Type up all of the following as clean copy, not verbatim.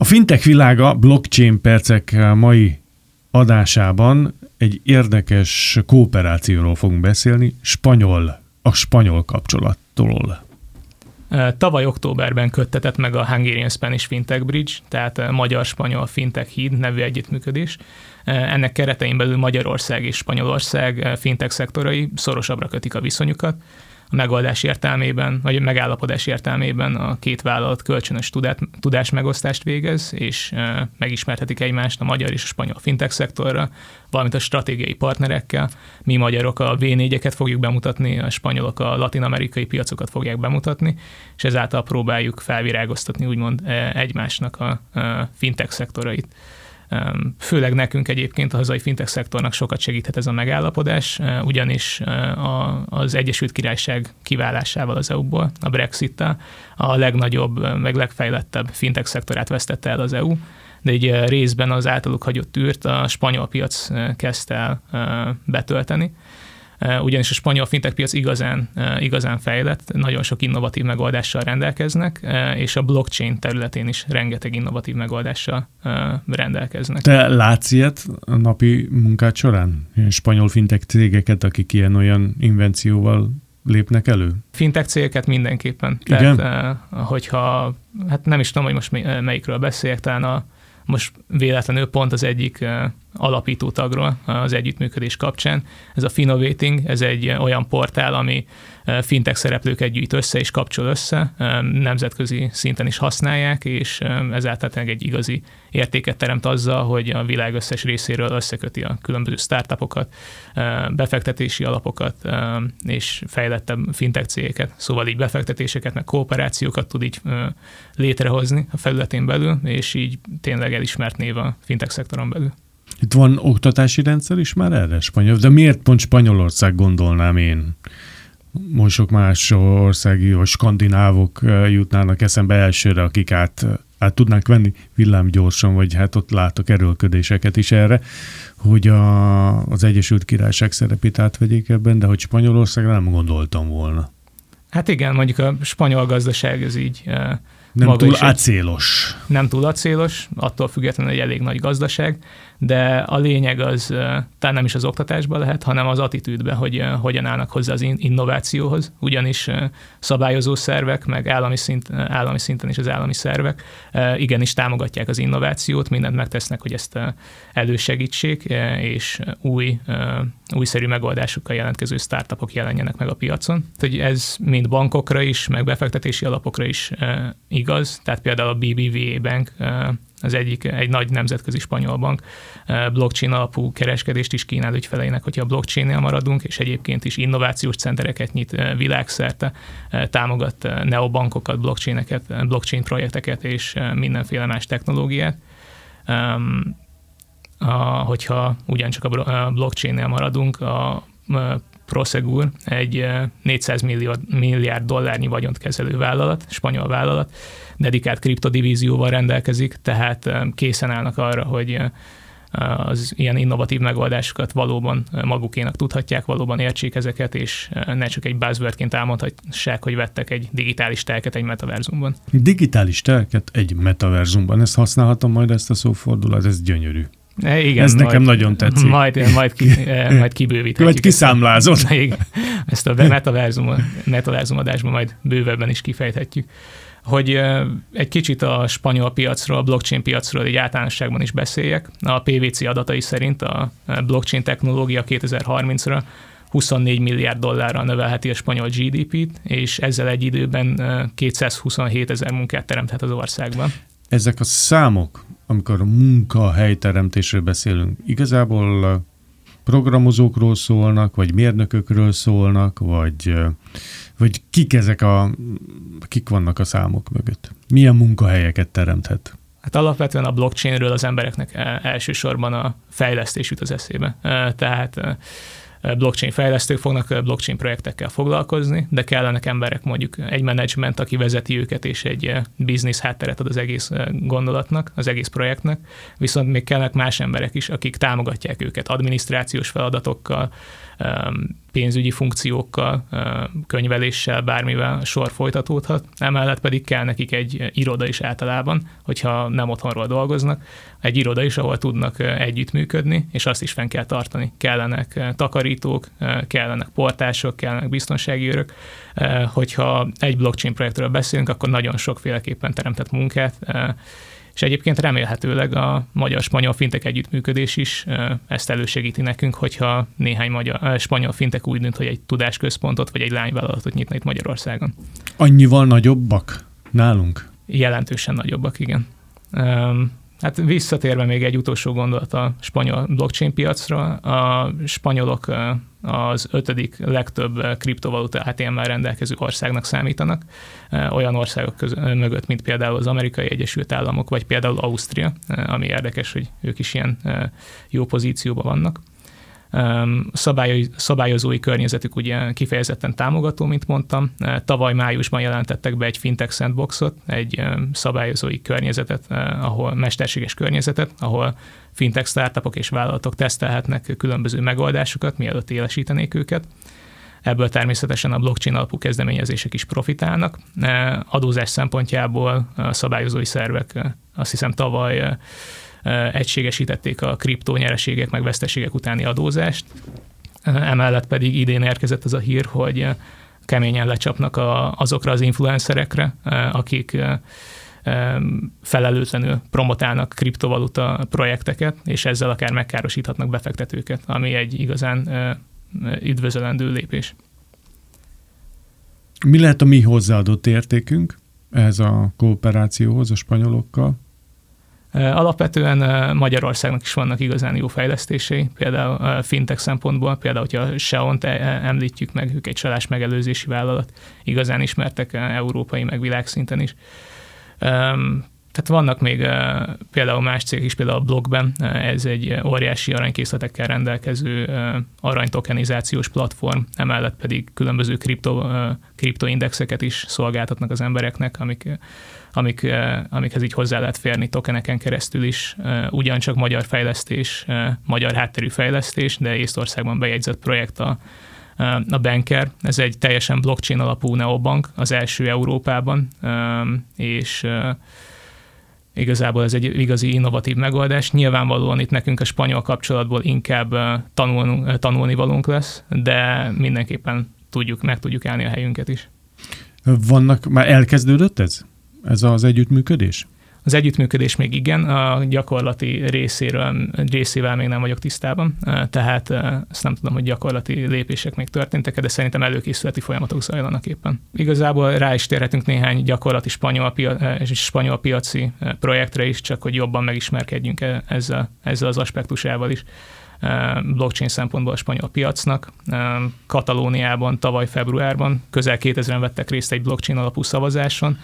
fintech világa blockchain percek mai adásában egy érdekes kooperációról fogunk beszélni, a spanyol kapcsolattól. Tavaly októberben köttetett meg a Hungarian Spanish Fintech Bridge, tehát magyar-spanyol fintech híd nevű együttműködés. Ennek keretein belül Magyarország és Spanyolország fintech szektorai szorosabbra kötik a viszonyukat. A megoldás értelmében, vagy a megállapodás értelmében a két vállalat kölcsönös tudásmegosztást végez, és megismerhetik egymást a magyar és a spanyol fintech szektorra, valamint a stratégiai partnerekkel. Mi magyarok a V4-eket fogjuk bemutatni, a spanyolok a latin-amerikai piacokat fogják bemutatni, és ezáltal próbáljuk felvirágoztatni úgymond egymásnak a fintech szektorait. Főleg nekünk egyébként a hazai fintech szektornak sokat segíthet ez a megállapodás, ugyanis az Egyesült Királyság kiválásával az EU-ból, a Brexittel a legnagyobb, meg legfejlettebb fintech szektorát vesztette el az EU, de így részben az általuk hagyott űrt a spanyol piac kezdte el betölteni. Ugyanis a spanyol fintech piac igazán fejlett, nagyon sok innovatív megoldással rendelkeznek, és a blockchain területén is rengeteg innovatív megoldással rendelkeznek. Te látsz ilyet a napi munkád során? Spanyol fintech cégeket, akik ilyen-olyan invencióval lépnek elő? Fintech cégeket mindenképpen. Igen? Tehát, hogyha, hát nem is tudom, hogy most melyikről beszéljek, talán most véletlenül pont az egyik alapító tagról az együttműködés kapcsán. Ez a Finnovating, ez egy olyan portál, ami fintech szereplőket gyűjt össze és kapcsol össze, nemzetközi szinten is használják, és ezáltal egy igazi értéket teremt azzal, hogy a világ összes részéről összeköti a különböző startupokat, befektetési alapokat és fejlettebb fintech cégeket, szóval így befektetéseket, meg kooperációkat tud így létrehozni a felületén belül, és így tényleg elismert név a fintech szektoron belül. Itt van oktatási rendszer is már erre spanyol, de miért pont Spanyolország gondolnám én? Most sok más országi, vagy skandinávok jutnának eszembe elsőre, akik át tudnánk venni villámgyorsan, vagy hát ott látok erőlködéseket is erre, hogy az Egyesült Királyság szerepét átvegyék ebben, de hogy Spanyolországra nem gondoltam volna. Hát igen, mondjuk a spanyol gazdaság ez így... Nem túl acélos. Nem túl acélos, attól függetlenül egy elég nagy gazdaság, de a lényeg az talán nem is az oktatásban lehet, hanem az attitűdben, hogy hogyan állnak hozzá az innovációhoz, ugyanis szabályozó szervek, meg állami szinten is az állami szervek igenis támogatják az innovációt, mindent megtesznek, hogy ezt elősegítsék, és újszerű megoldásokkal jelentkező startupok jelenjenek meg a piacon. Hogy ez mind bankokra is, meg befektetési alapokra is igaz, tehát például a BBVA Bank, az egy nagy nemzetközi spanyol bank, blockchain alapú kereskedést is kínál ügyfeleinek, hogyha a blockchain-nél maradunk, és egyébként is innovációs centereket nyit világszerte, támogat neobankokat, blockchain projekteket és mindenféle más technológiát. Hogyha ugyancsak a blockchain-nél maradunk, a Prosegur egy 400 milliárd dollárnyi vagyont kezelő vállalat, spanyol vállalat, dedikált kriptodivízióval rendelkezik, tehát készen állnak arra, hogy az ilyen innovatív megoldásokat valóban magukénak tudhatják, valóban értsék ezeket, és ne csak egy buzzwordként álmodhassák, hogy vettek egy digitális telket egy metaverzumban. Digitális telket egy metaverzumban, ezt használhatom majd ezt a szófordulat, ez gyönyörű. Igen, ez nekem nagyon tetszik. Majd kibővíthetjük. Vagy kiszámlázod. Ezt a metaverzum adásban majd bővebben is kifejthetjük. Hogy egy kicsit a spanyol piacról, a blockchain piacról egy általánosságban is beszéljek. A PwC adatai szerint a blockchain technológia 2030-ra 24 milliárd dollárral növelheti a spanyol GDP-t, és ezzel egy időben 227 000 munkát teremthet az országban. Ezek a számok, amikor a munkahelyteremtésről beszélünk, igazából programozókról szólnak, vagy mérnökökről szólnak, vagy kik vannak a számok mögött? Milyen munkahelyeket teremthet? Hát alapvetően a blockchainről az embereknek elsősorban a fejlesztés jut az eszébe. Tehát blockchain fejlesztők fognak blockchain projektekkel foglalkozni, de kellenek emberek, mondjuk egy menedzsment, aki vezeti őket, és egy business hátteret ad az egész gondolatnak, az egész projektnek, viszont még kellnek más emberek is, akik támogatják őket adminisztrációs feladatokkal, pénzügyi funkciókkal, könyveléssel, bármivel sor folytatódhat. Emellett pedig kell nekik egy iroda is általában, hogyha nem otthonról dolgoznak, egy iroda is, ahol tudnak együttműködni, és azt is fenn kell tartani. Kellenek takarítók, kellenek portások, kellenek biztonsági őrök. Hogyha egy blockchain projektről beszélünk, akkor nagyon sokféleképpen teremtett munkát, és egyébként remélhetőleg a magyar-spanyol fintech együttműködés is ezt elősegíti nekünk, hogyha néhány spanyol fintech úgy dönt, hogy egy tudásközpontot vagy egy lányvállalatot nyitna itt Magyarországon. Annyival nagyobbak nálunk? Jelentősen nagyobbak, igen. Hát visszatérve még egy utolsó gondolat a spanyol blockchain piacra. A spanyolok az 5. legtöbb kriptovaluta ATM-mel rendelkező országnak számítanak. Olyan országok mögött, mint például az Amerikai Egyesült Államok, vagy például Ausztria, ami érdekes, hogy ők is ilyen jó pozícióban vannak. Szabályozói környezetük ugye kifejezetten támogató, mint mondtam. Tavaly májusban jelentettek be egy fintech sandboxot, egy szabályozói környezetet, ahol mesterséges környezetet, ahol fintech startupok és vállalatok tesztelhetnek különböző megoldásokat, mielőtt élesítenék őket. Ebből természetesen a blockchain alapú kezdeményezések is profitálnak. Adózás szempontjából a szabályozói szervek azt hiszem tavaly egységesítették a kriptónyereségek meg veszteségek utáni adózást. Emellett pedig idén érkezett az a hír, hogy keményen lecsapnak azokra az influencerekre, akik felelőtlenül promotálnak kriptovaluta projekteket, és ezzel akár megkárosíthatnak befektetőket, ami egy igazán üdvözölendő lépés. Mi lehet a mi hozzáadott értékünk ehhez a kooperációhoz a spanyolokkal? Alapvetően Magyarországnak is vannak igazán jó fejlesztései, például fintech szempontból, például, hogyha a SEO-t említjük meg, ők egy csalás megelőzési vállalat, igazán ismertek európai, meg világszinten is. Tehát vannak még például más cégek is, például a Blockben, ez egy óriási aranykészletekkel rendelkező aranytokenizációs platform, emellett pedig különböző kriptoindexeket is szolgáltatnak az embereknek, amikhez így hozzá lehet férni tokeneken keresztül is. Ugyancsak magyar fejlesztés, magyar hátterű fejlesztés, de Észtországban bejegyzett projekt a Banker. Ez egy teljesen blockchain alapú neobank, az első Európában, és igazából ez egy igazi innovatív megoldás. Nyilvánvalóan itt nekünk a spanyol kapcsolatból inkább tanulni valónk lesz, de mindenképpen meg tudjuk állni a helyünket is. Már elkezdődött ez? Ez az együttműködés? Az együttműködés még igen, a gyakorlati részével még nem vagyok tisztában, tehát ezt nem tudom, hogy gyakorlati lépések még történtek, de szerintem előkészületi folyamatok zajlanak éppen. Igazából rá is térhetünk néhány gyakorlati spanyol piaci projektre is, csak hogy jobban megismerkedjünk ezzel az aspektusával is blockchain szempontból a spanyol piacnak. Katalóniában tavaly februárban közel 2000-en vettek részt egy blockchain alapú szavazáson.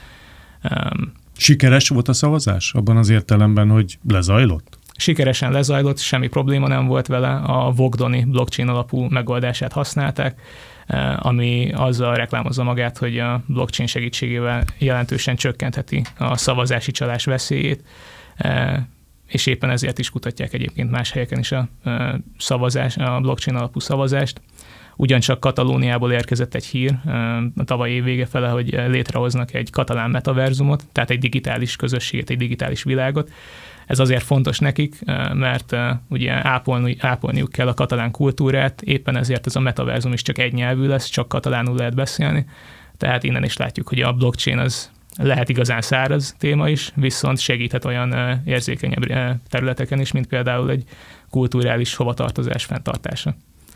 Sikeres volt a szavazás? Abban az értelemben, hogy lezajlott? Sikeresen lezajlott, semmi probléma nem volt vele. A Vogdoni blockchain alapú megoldását használták, ami azzal reklámozza magát, hogy a blockchain segítségével jelentősen csökkentheti a szavazási csalás veszélyét, és éppen ezért is kutatják egyébként más helyeken is a blockchain alapú szavazást. Ugyancsak Katalóniából érkezett egy hír a tavaly év vége fele, hogy létrehoznak egy katalán metaverzumot, tehát egy digitális közösséget, egy digitális világot. Ez azért fontos nekik, mert ugye ápolniuk kell a katalán kultúrát, éppen ezért ez a metaverzum is csak egy nyelvű lesz, csak katalánul lehet beszélni. Tehát innen is látjuk, hogy a blockchain az lehet igazán száraz téma is, viszont segíthet olyan érzékenyebb területeken is, mint például egy kulturális hovatartozás fenntartása.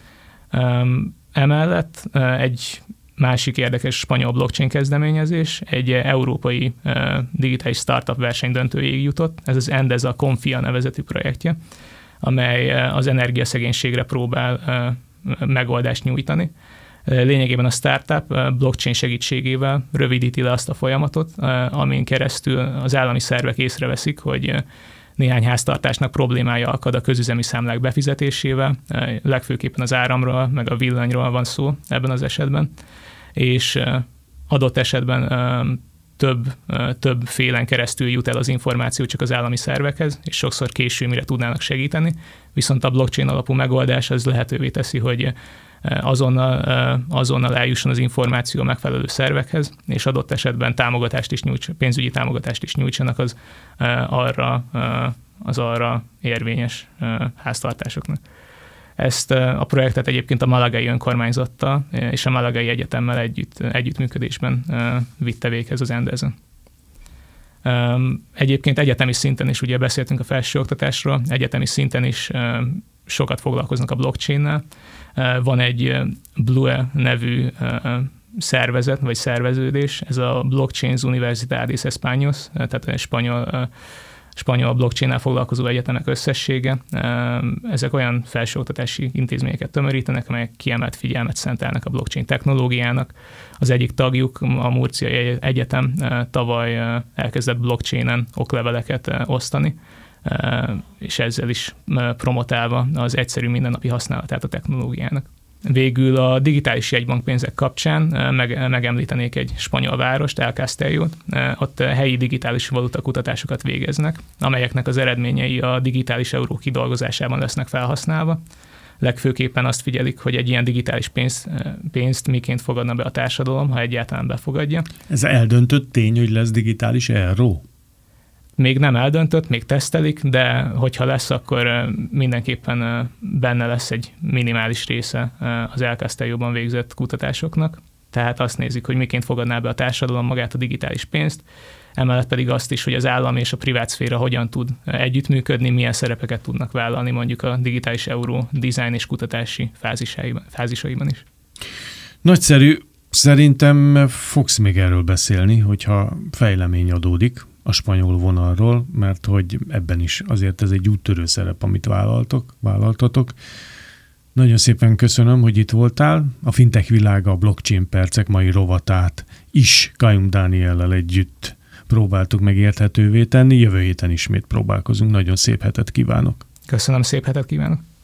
Emellett egy másik érdekes spanyol blockchain kezdeményezés, egy európai digitális startup verseny döntőjéig jutott, ez az Endesa Confia nevezetű projektje, amely az energiaszegénységre próbál megoldást nyújtani. Lényegében a startup blockchain segítségével rövidíti le azt a folyamatot, amin keresztül az állami szervek észreveszik, hogy néhány háztartásnak problémája akad a közüzemi számlák befizetésével, legfőképpen az áramról, meg a villanyról van szó ebben az esetben, és adott esetben több félen keresztül jut el az információ csak az állami szervekhez, és sokszor késő, mire tudnának segíteni. Viszont a blockchain alapú megoldás az lehetővé teszi, hogy azonnal eljusson az információ a megfelelő szervekhez, és adott esetben pénzügyi támogatást is nyújtsanak az arra érvényes háztartásoknak. Ezt a projektet egyébként a malagai önkormányzattal és a malagai egyetemmel együttműködésben vitte véghez az Anderson. Egyébként egyetemi szinten is, ugye beszéltünk a felsőoktatásról, egyetemi szinten is sokat foglalkoznak a blockchain-nel. Van egy Blue nevű szervezet, vagy szerveződés, ez a Blockchains Universidades Españolas, tehát a spanyol blockchain-nel foglalkozó egyetemek összessége. Ezek olyan felsőoktatási intézményeket tömörítenek, amelyek kiemelt figyelmet szentelnek a blockchain technológiának. Az egyik tagjuk, a Murciai Egyetem tavaly elkezdett blockchainen okleveleket osztani, és ezzel is promotálva az egyszerű mindennapi használatát a technológiának. Végül a digitális jegybankpénzek kapcsán megemlítenék egy spanyol várost, El Castellót. Ott helyi digitális valutakutatásosokat végeznek, amelyeknek az eredményei a digitális euró kidolgozásában lesznek felhasználva. Legfőképpen azt figyelik, hogy egy ilyen digitális pénzt miként fogadna be a társadalom, ha egyáltalán befogadja. Ez eldöntött tény, hogy lesz digitális euró? Még nem eldöntött, még tesztelik, de hogyha lesz, akkor mindenképpen benne lesz egy minimális része az El Castellóban végzett kutatásoknak. Tehát azt nézik, hogy miként fogadná be a társadalom magát a digitális pénzt, emellett pedig azt is, hogy az állam és a privát szféra hogyan tud együttműködni, milyen szerepeket tudnak vállalni mondjuk a digitális euró design és kutatási fázisaiban is. Nagyszerű. Szerintem fogsz még erről beszélni, hogyha fejlemény adódik a spanyol vonalról, mert hogy ebben is azért ez egy úttörő szerep, amit vállaltatok. Nagyon szépen köszönöm, hogy itt voltál. A Fintech világa, a blockchain percek mai rovatát is Kajum Dániellel együtt próbáltuk megérthetővé tenni. Jövő héten ismét próbálkozunk. Nagyon szép hetet kívánok. Köszönöm, szép hetet kívánok.